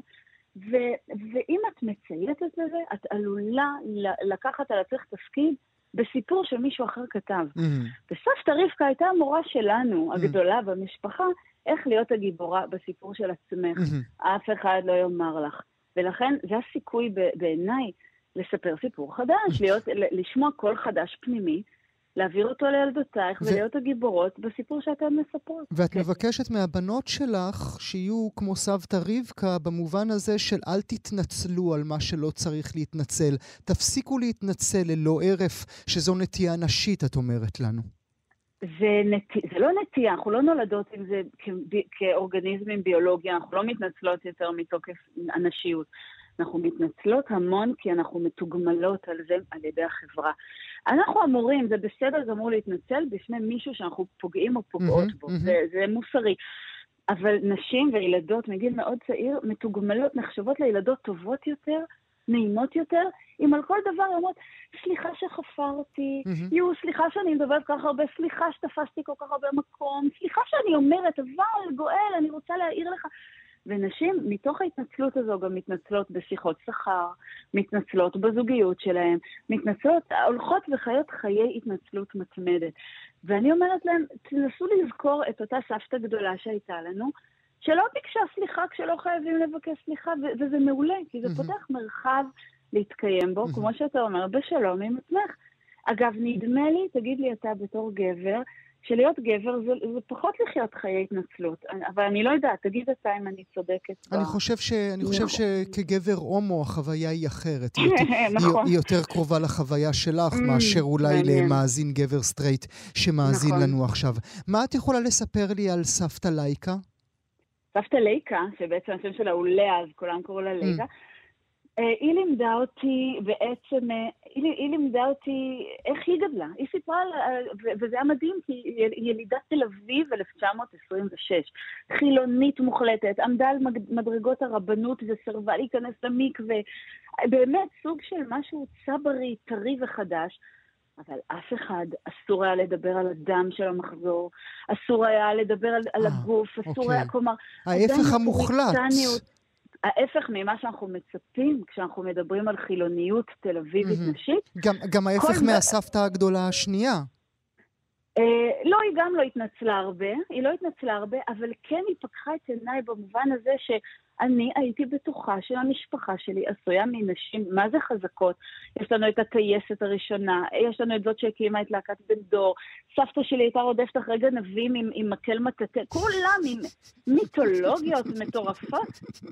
ואם את מצייתת לזה, את עלולה לקחת על עצמך תפקיד בסיפור שמישהו אחר כתב. וסבתא רבקה הייתה המורה שלנו, הגדולה במשפחה, איך להיות הגיבורה בסיפור של עצמך. אף אחד לא יאמר לך. ולכן זה הסיכוי בעיניי לספר סיפור חדש, לשמוע קול חדש פנימי, להעביר אותו לילדותייך ולהיות הגיבורות בסיפור שאתן מספרות. ואת מבקשת מהבנות שלך שיהיו כמו סבתא רבקה במובן הזה של אל תתנצלו על מה שלא צריך להתנצל. תפסיקו להתנצל ללא ערף, שזו נטייה נשית, את אומרת לנו. זה לא נטייה, אנחנו לא נולדות עם זה כאורגניזמים ביולוגיים, אנחנו לא מתנצלות יותר מתוקף הנשיות. אנחנו מתנצלות המון כי אנחנו מתוגמלות על זה על ידי החברה. אנחנו אמורים, זה בסדר גמור להתנצל בפני מישהו שאנחנו פוגעים או פוגעות בו, זה מוסרי. אבל נשים וילדות מגיל מאוד צעיר מתוגמלות, נחשבות לילדות טובות יותר, נעימות יותר, אם על כל דבר אומרות, סליחה שחפרתי, סליחה שאני מדברת כל כך הרבה, סליחה שתפסתי כל כך הרבה מקום, סליחה שאני אומרת, אבל גואל, אני רוצה להעיר לך. ונשים מתוך ההתנצלות הזו גם מתנצלות בשיחות שכר, מתנצלות בזוגיות שלהם, מתנצלות, הולכות וחיות חיי התנצלות מתמדת. ואני אומרת להם, תנסו לזכור את אותה סבתא גדולה שהייתה לנו, שלא ביקשה סליחה כשלא חייבים לבקש סליחה, וזה מעולה, כי זה פותח מרחב להתקיים בו, כמו שאתה אומר, בשלום עם עצמך. אגב, נדמה לי, תגיד לי אתה בתור גבר, שלהיות גבר זה פחות לחיות חיי התנצלות, אבל אני לא יודעת, תגיד אתה אם אני צודקת. אני חושב שכגבר הומו החוויה היא אחרת, היא יותר קרובה לחוויה שלך, מאשר אולי למאזין גבר סטרייט שמאזין לנו עכשיו. מה את יכולה לספר לי על סבתא לייקה? סבתא לייקה, שבעצם השם שלה הוא לאה, אז כולם קראו לה לייקה, היא לימדה אותי בעצם, היא לימדה אותי איך היא גדלה. היא סיפרה, וזה היה מדהים, כי היא ילידת תל אביב 1926, חילונית מוחלטת, עמדה על מדרגות הרבנות וסרבה להיכנס למקווה, באמת סוג של משהו צברי, טרי וחדש, אבל אף אחד אסור היה לדבר על הדם של המחזור, אסור היה לדבר על הגוף, אסור היה, כלומר, ההפך המוחלט. ההפך ממה שאנחנו מצפים כשאנחנו מדברים על חילוניות תל אביבית נשית. גם ההפך מהסבתא הגדולה השנייה. לא, היא גם לא התנצלה הרבה, אבל כן היא פקחה את עיניי במובן הזה שאני הייתי בטוחה שהמשפחה שלי עשויה מנשים, מה זה חזקות? יש לנו את הטייסת הראשונה, יש לנו את זאת שהקימה את להקת בן דור, סבתא שלי הייתה רודפת אחרי גנבים עם מקל מטאטא, כולם עם מיתולוגיות מטורפות.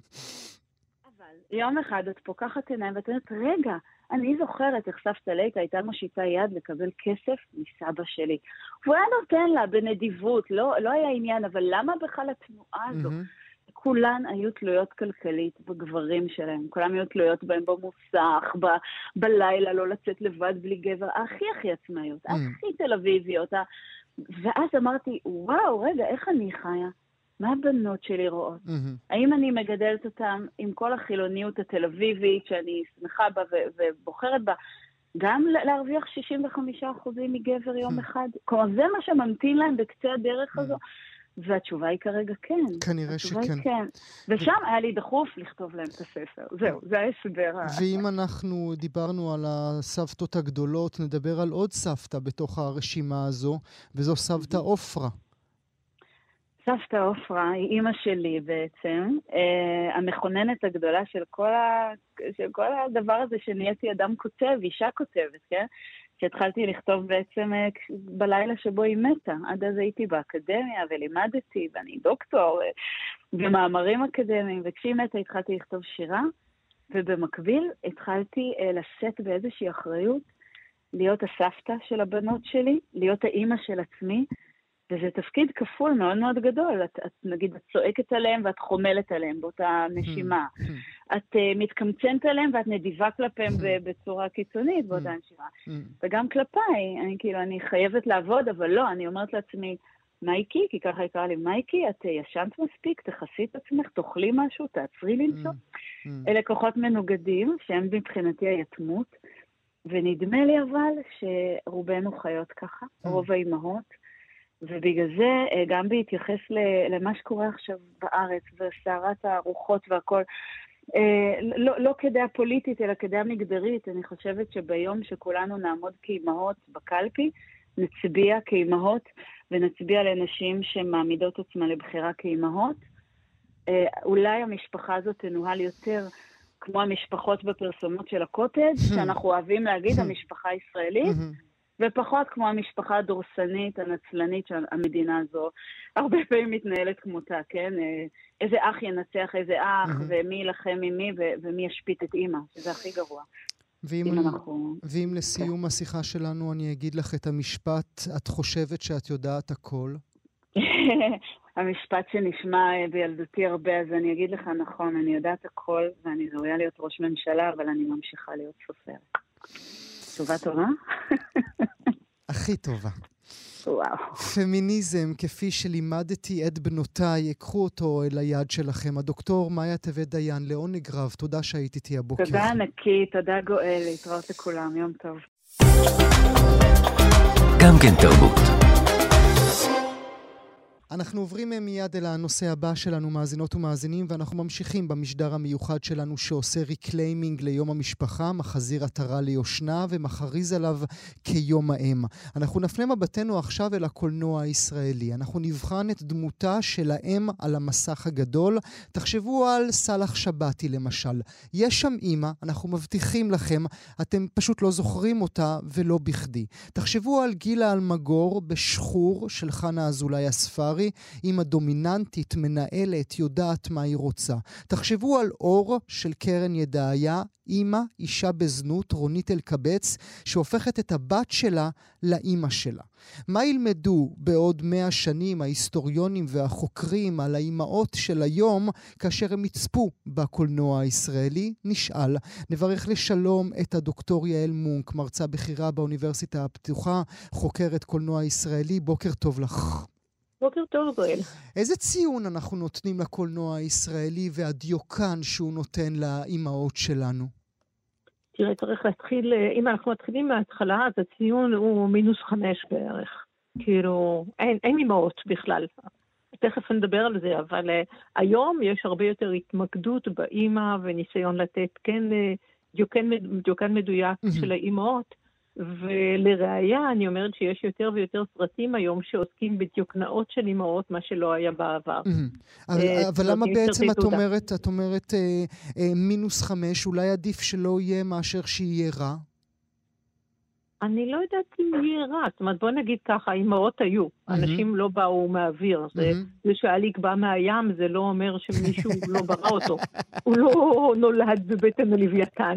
אבל יום אחד את פוקחת עיניים ואת אומרת, רגע, אני זוכרת איך סבתא לייקה הייתה מושיטה יד לקבל כסף מסבא שלי. הוא היה נותן לה בנדיבות, לא היה עניין, אבל למה בכלל התנועה הזו? כולן היו תלויות כלכלית בגברים שלהם, כולן היו תלויות בהם במוסך, בלילה, לא לצאת לבד בלי גבר, הכי עצמאיות, הכי תל אביביות. ואז אמרתי, וואו, רגע, איך אני חיה? מה הבנות שלי רואות? האם אני מגדלת אותם עם כל החילוניות התל אביבית שאני שמחה בה ובוחרת בה, גם להרוויח 65% מגבר יום אחד? כלומר, זה מה שממתין להם בקצה הדרך הזו? והתשובה היא כרגע כן. כנראה שכן. כן. ושם היה לי דחוף לכתוב להם את הספר. זהו, זה ההסבר. ואם אנחנו דיברנו על הסבתות הגדולות, נדבר על עוד סבתא בתוך הרשימה הזו, וזו סבתא אופרה. סבתא אופרה היא אימא שלי בעצם, המכוננת הגדולה של כל הדבר הזה שנהייתי אדם כותב, אישה כותבת, כן? שהתחלתי לכתוב בעצם בלילה שבו היא מתה. עד אז הייתי באקדמיה ולימדתי, ואני דוקטור, ומאמרים אקדמיים, וכשהיא מתה התחלתי לכתוב שירה, ובמקביל התחלתי לשאת באיזושהי אחריות, להיות הסבתא של הבנות שלי, להיות האימא של עצמי, וזה תפקיד כפול מאוד מאוד גדול. את נגיד, את צועקת עליהם ואת חומלת עליהם באותה נשימה. את מתקמצנת עליהם ואת נדיבה כלפיהם בצורה קיצונית באותה נשימה. וגם כלפיי, אני חייבת לעבוד, אבל לא, אני אומרת לעצמי, מייקי, כי ככה יקרה לי, מייקי, את ישנת מספיק, תחסי את עצמך, תאכלי משהו, תעצרי למצוא. אלה כוחות מנוגדים, שהם מבחינתי היתמות, ונדמה לי אבל שרובנו חיות ככה, רוב האימהות, ובגלל זה, גם בהתייחס למה שקורה עכשיו בארץ, וסערת הרוחות והכל, לא כדעה פוליטית, אלא כדעה מגדרית, אני חושבת שביום שכולנו נעמוד כאימהות בקלפי, נצביע כאימהות, ונצביע לנשים שמעמידות עצמה לבחירה כאימהות. אולי המשפחה הזאת תנוהל יותר כמו המשפחות בפרסומות של הקוטג', שאנחנו אוהבים להגיד, המשפחה הישראלית, ופחות כמו המשפחה הדורסנית, הנצלנית שהמדינה הזו הרבה פעמים מתנהלת כמותה, כן? איזה אח ינצח איזה אח, ומי ילחם ממי, ומי ישפיט את אמא, שזה הכי גרוע. ואם לסיום השיחה שלנו אני אגיד לך את המשפט, את חושבת שאת יודעת הכל? המשפט שנשמע בילדותי הרבה, אז אני אגיד לך נכון, אני יודעת הכל, ואני ראויה להיות ראש ממשלה, אבל אני ממשיכה להיות סופרת. תשובה טובה? הכי טובה. וואו. פמיניזם, כפי שלימדתי את בנותיי, יקחו אותו אל היד שלכם. הדוקטור מאיה טבת דיין, לעונג רב, תודה שהיית איתי הבוקר. תודה ענקית, תודה גואל, להתראות לכולם, יום טוב. גם כן תרבות. אנחנו עוברים מיד אל הנושא הבא שלנו, מאזינות ומאזינים, ואנחנו ממשיכים במשדר המיוחד שלנו שעושה ריקליימינג ליום המשפחה, מחזיר עטרה ליושנה ומכריז עליו כיום האם. אנחנו נפנה מבטנו עכשיו אל הקולנוע הישראלי. אנחנו נבחן את דמותה של האם על המסך הגדול. תחשבו על סלאח שבתי למשל. יש שם אמא, אנחנו מבטיחים לכם, אתם פשוט לא זוכרים אותה ולא בכדי. תחשבו על גילה אלמגור בשחור של חנה אזולאי הספרי, אמא דומיננטית, מנהלת, יודעת מה היא רוצה. תחשבו על אור של קרן ידעיה, אמא, אישה בזנות, רונית אלקבץ, שהופכת את הבת שלה לאמא שלה. מה ילמדו בעוד 100 שנים ההיסטוריונים והחוקרים על האימהות של היום, כאשר הם יצפו בקולנוע הישראלי? נשאל. נברך לשלום את הדוקטור יעל מונק, מרצה בכירה באוניברסיטה הפתוחה, חוקרת קולנוע ישראלי. בוקר טוב לך. בוקר טוב, גואל. איזה ציון אנחנו נותנים לקולנוע הישראלי והדיוקן שהוא נותן לאימהות שלנו? תראה, צריך להתחיל, אם אנחנו מתחילים מההתחלה, אז הציון הוא -5 בערך. כאילו, אין אימהות בכלל. תכף נדבר על זה, אבל היום יש הרבה יותר התמקדות באימא וניסיון לתת כן דיוקן מדויק של האימהות, ולראיה אני אומרת שיש יותר ויותר סרטים היום שעוסקים בדיוקנאות של אימהות, מה שלא היה בעבר. אבל למה בעצם את אומרת -5, אולי עדיף שלא יהיה מאשר שיהיה רע? אני לא יודעת אם יהיה רע, זאת אומרת בוא נגיד ככה, אימהות היו, אנשים לא באו מהאוויר, זה שאליק בא מהים זה לא אומר שמישהו לא ברא אותו, הוא לא נולד בבטן הלוויתן.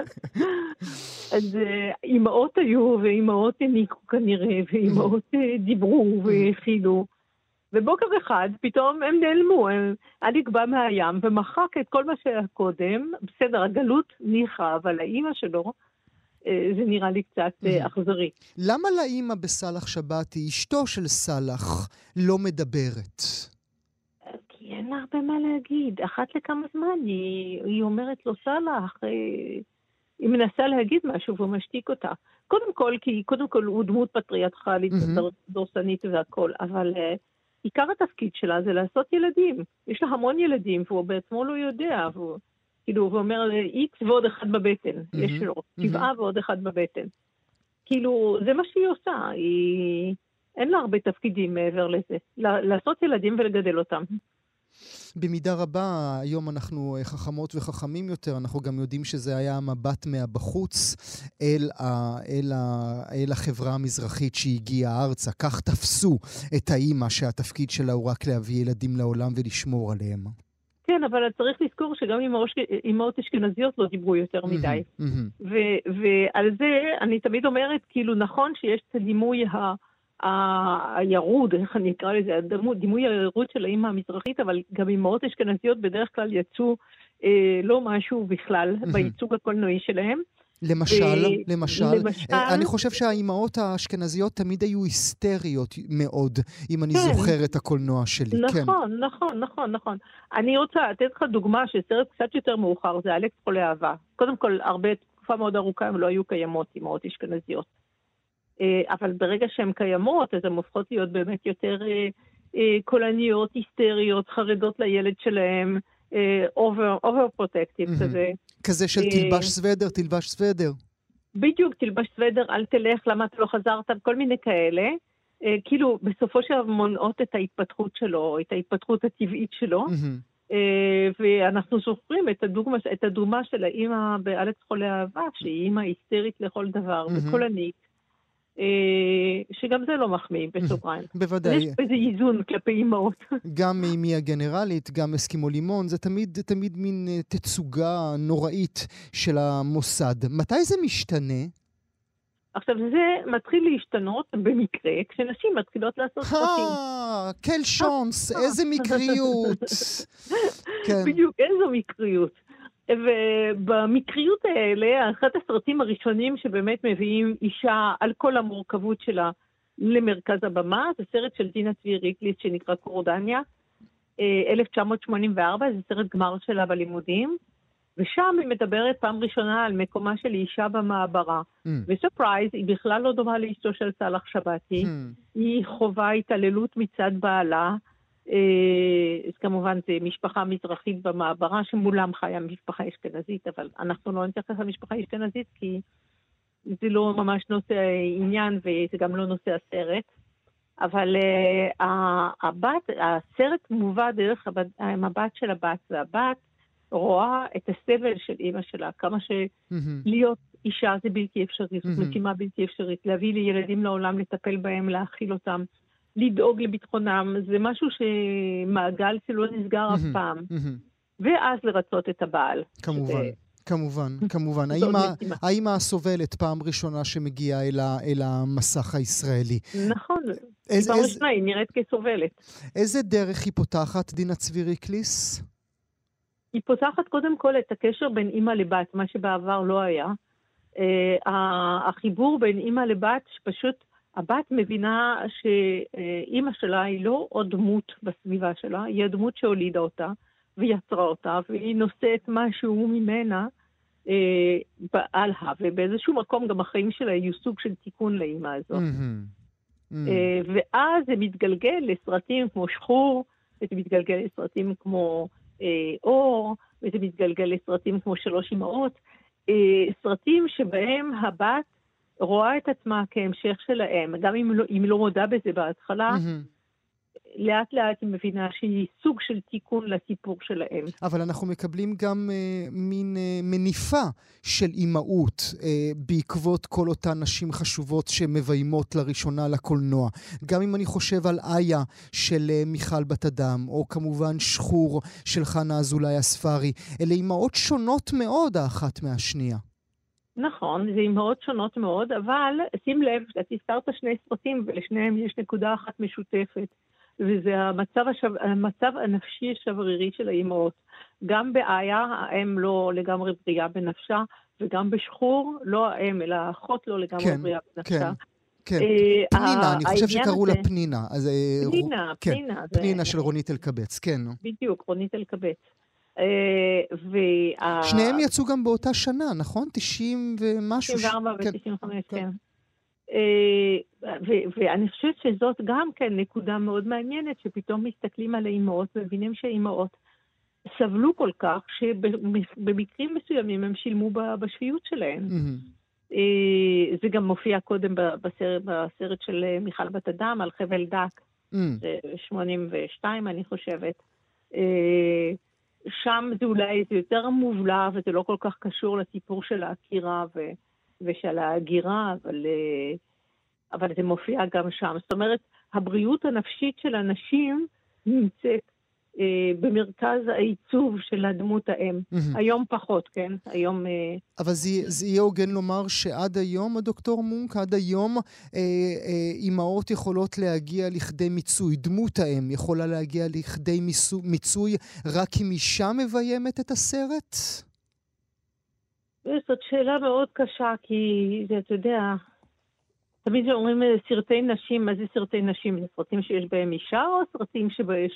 אז אימהות היו ואימהות הניקו כנראה, ואימהות דיברו והכילו, ובוקר אחד פתאום הם נעלמו, אליק בא מהים ומחק את כל מה שהיה קודם, בסדר, הגלות ניחה, אבל האימא שלו, זה נראה לי קצת אכזרי. למה לאמא בסלאח שבתי, אשתו של סלאח, לא מדברת? כי אין לה הרבה מה להגיד. אחת לכמה זמן היא אומרת לו סלאח, היא מנסה להגיד משהו והוא משתיק אותה. קודם כל הוא דמות פטריארכלית, דורסנית והכל, אבל עיקר התפקיד שלה זה לעשות ילדים. יש לה המון ילדים והוא בעצמו לא יודע, כאילו, הוא אומר, X ועוד אחד בבטן, יש לו, 7 ועוד אחד בבטן. כאילו, זה מה שהיא עושה, אין לה הרבה תפקידים מעבר לזה, לעשות ילדים ולגדל אותם. במידה רבה, היום אנחנו חכמות וחכמים יותר, אנחנו גם יודעים שזה היה המבט מהבחוץ אל החברה המזרחית שהגיעה ארצה. כך תפסו את האמא שהתפקיד שלה הוא רק להביא ילדים לעולם ולשמור עליהם. כן, אבל צריך לזכור שגם אימהות אשכנזיות לא דיברו יותר מדי. ועל זה אני תמיד אומרת, כאילו נכון שיש את הדימוי הירוד, איך אני אקרא לזה, דימוי הירוד של האמא המזרחית, אבל גם אימהות אשכנזיות בדרך כלל יצאו לא משהו בכלל בייצוג הקולנועי שלהם. למשל, אני חושב שהאימהות האשכנזיות תמיד היו היסטריות מאוד, אם אני זוכר את הקולנוע שלי. נכון. אני רוצה לתת לך דוגמה שסרט קצת יותר מאוחר, זה אלכס חולה אהבה. קודם כל, הרבה תקופה מאוד ארוכה הם לא היו קיימות, אימהות אשכנזיות. אבל ברגע שהן קיימות, אז הן הופכות להיות באמת יותר קולניות, היסטריות, חרדות לילד שלהם, overprotective כזה. כזה של תלבש סוודר. בדיוק, תלבש סוודר, אל תלך, למה אתה לא חזרת, כל מיני כאלה. כאילו, בסופו של דבר מונעות את ההתפתחות שלו, את ההתפתחות הטבעית שלו. ואנחנו זוכרים את הדוגמה של האמא באלכס חולה אהבה, שהיא אמא היסטרית לכל דבר, וקולנית. שגם זה לא מחמיא בסוגריים. בוודאי. יש איזה איזון כלפי אימהות. גם מי הגנרלית, גם אסקימו לימון, זה תמיד מין תצוגה נוראית של המוסד. מתי זה משתנה? עכשיו, זה מתחיל להשתנות במקרה, כשנשים מתחילות לעשות סרטים. קל שונס, איזה מקריות. בדיוק, איזו מקריות. ובמקריות האלה, אחד הסרטים הראשונים שבאמת מביאים אישה על כל המורכבות שלה למרכז הבמה, זה סרט של דינה צבי ריקליס שנקרא קורדניה, 1984, זה סרט גמר שלה בלימודים, ושם היא מדברת פעם ראשונה על מקומה של אישה במעברה. וסופרייז, היא בכלל לא דומה לאשתו של סלאח שבתי, היא חובה התעללות מצד בעלה, אז כמובן זה משפחה מזרחית במעברה, שמולם חיה משפחה אשכנזית, אבל אנחנו לא נתייחס למשפחה אשכנזית, כי זה לא ממש נושא עניין, וזה גם לא נושא הסרט. אבל הסרט מובא דרך המבט של הבת, והבת רואה את הסבל של אמא שלה, כמה שלהיות אישה זה בלתי אפשרי, זאת משימה בלתי אפשרית, להביא לילדים לעולם, לטפל בהם, להאכיל אותם, לדאוג לביטחונם, זה משהו שמעגל שלא נסגר אף פעם. ואז לרצות את הבעל. כמובן. האמא הסובלת פעם ראשונה שמגיעה אל המסך הישראלי. נכון, פעם ראשונה היא נראית כסובלת. איזה דרך היא פותחת, דינה צבי ריקליס? היא פותחת קודם כל את הקשר בין אמא לבת, מה שבעבר לא היה. החיבור בין אמא לבת, שפשוט הבת מבינה שאמא שלה היא לא עוד דמות בסביבה שלה, היא הדמות שהולידה אותה ויצרה אותה, והיא נושאת משהו ממנה הלאה, ובאיזשהו מקום גם החיים שלה יהיו סוג של תיקון לאמא הזאת. ואז זה מתגלגל לסרטים כמו שחור, וזה מתגלגל לסרטים כמו אור, וזה מתגלגל לסרטים כמו שלוש אמהות, סרטים שבהם הבת רואה את עצמה כהמשך שלהם, גם אם לא מודע בזה בהתחלה, לאט לאט היא מבינה שהיא סוג של תיקון לסיפור שלהם. אבל אנחנו מקבלים גם מין מניפה של אימהות בעקבות כל אותן נשים חשובות שמביימות לראשונה לקולנוע. גם אם אני חושב על איה של מיכל בת אדם, או כמובן שחור של חנה אזולאי הספרי, אלה אימהות שונות מאוד האחת מהשנייה. נכון, זה אימהות שונות מאוד, אבל שים לב, אתה הזכרת שני סרטים ולשניהם יש נקודה אחת משותפת. וזה המצב הנפשי השברירי של האימהות. גם באיה, האם לא לגמרי בריאה בנפשה, וגם בשחור, לא האם, אלא האחות לא לגמרי בריאה בנפשה. כן, פנינה, אני חושב שקראו לה פנינה. פנינה של רונית אלקבץ, כן. בדיוק, רונית אלקבץ. שניהם יצאו גם באותה שנה, נכון? 90 ומשהו? 94 ו-95, כן. ואני חושבת שזאת גם כן נקודה מאוד מעניינת, שפתאום מסתכלים על האימהות ומבינים שהאימהות סבלו כל כך, שבמקרים מסוימים הם שילמו בשפיות שלהם. זה גם מופיע קודם בסרט של מיכל בת אדם, על חבל דק, 82 אני חושבת. שם זה אולי זה יותר מובלע, וזה לא כל כך קשור לסיפור של ההכירה ושל ההגירה, אבל זה מופיע גם שם. זאת אומרת, הבריאות הנפשית של אנשים נמצאת במרכז העיצוב של הדמות האם. היום פחות, כן? היום... אבל זה יהיה הוגן לומר שעד היום, הדוקטור מונק, עד היום אימהות יכולות להגיע לכדי מיצוי. דמות האם יכולה להגיע לכדי מיצוי רק אם אישה מביימת את הסרט? זאת שאלה מאוד קשה, כי זה, אתה יודע, תמיד אומרים סרטי נשים, מה זה סרטי נשים? זה סרטים שיש בהם אישה או סרטים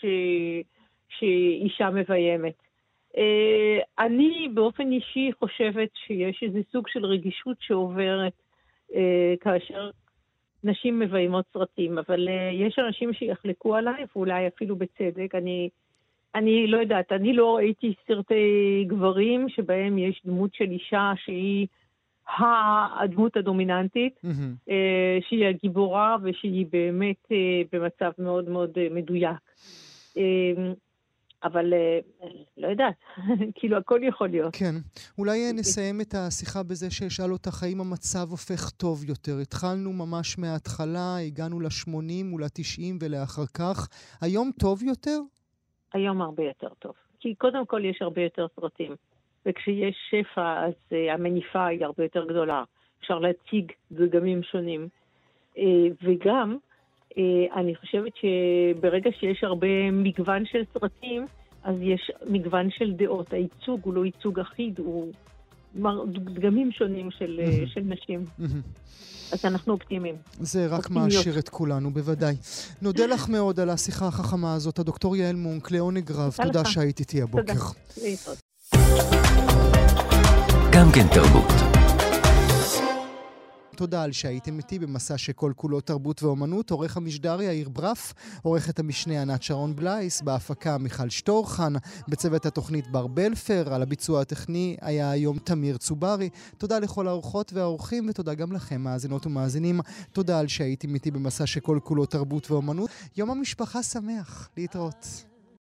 שאישה מביימת? אני באופן אישי חושבת שיש איזה סוג של רגישות שעוברת כאשר נשים מביימות סרטים, אבל יש אנשים שיחלקו עליי, ואולי אפילו בצדק. אני לא יודעת, אני לא ראיתי סרטי גברים שבהם יש דמות של אישה שהיא הדמות הדומיננטית, שהיא הגיבורה ושהיא באמת במצב מאוד מאוד מדויק. אבל לא יודעת, כאילו הכל יכול להיות. כן. אולי נסיים את השיחה בזה שאשאל אותך האם המצב הופך טוב יותר. התחלנו ממש מההתחלה, הגענו ל-80 ול-90 ולאחר כך. היום טוב יותר? היום הרבה יותר טוב. כי קודם כל יש הרבה יותר סרטים. וכשיש שפע, אז המניפה היא הרבה יותר גדולה. אפשר להציג דגמים שונים. וגם, אני חושבת שברגע שיש הרבה מגוון של סרטים, אז יש מגוון של דעות. הייצוג הוא לא ייצוג אחיד, הוא דגמים שונים של נשים. אז אנחנו אופטימיים. זה רק מעשיר את כולנו, בוודאי. נודה לך מאוד על השיחה החכמה הזאת, הדוקטור יעל מונק, לעונג רב. תודה שהיית איתי הבוקר. תודה. גם כן תרבות. תודה על שהייתם איתי במסע שכל כולו תרבות ואומנות. עורך המשדר יאיר ברף, עורכת המשנה ענת שרון בלייס, בהפקה מיכל שטורחן, בצוות התוכנית בר בלפר, על הביצוע הטכני היה היום תמיר צוברי. תודה לכל האורחות והאורחים, ותודה גם לכם, מאזינות ומאזינים. תודה על שהייתם איתי במסע שכל כולו תרבות ואומנות. יום המשפחה שמח. להתראות.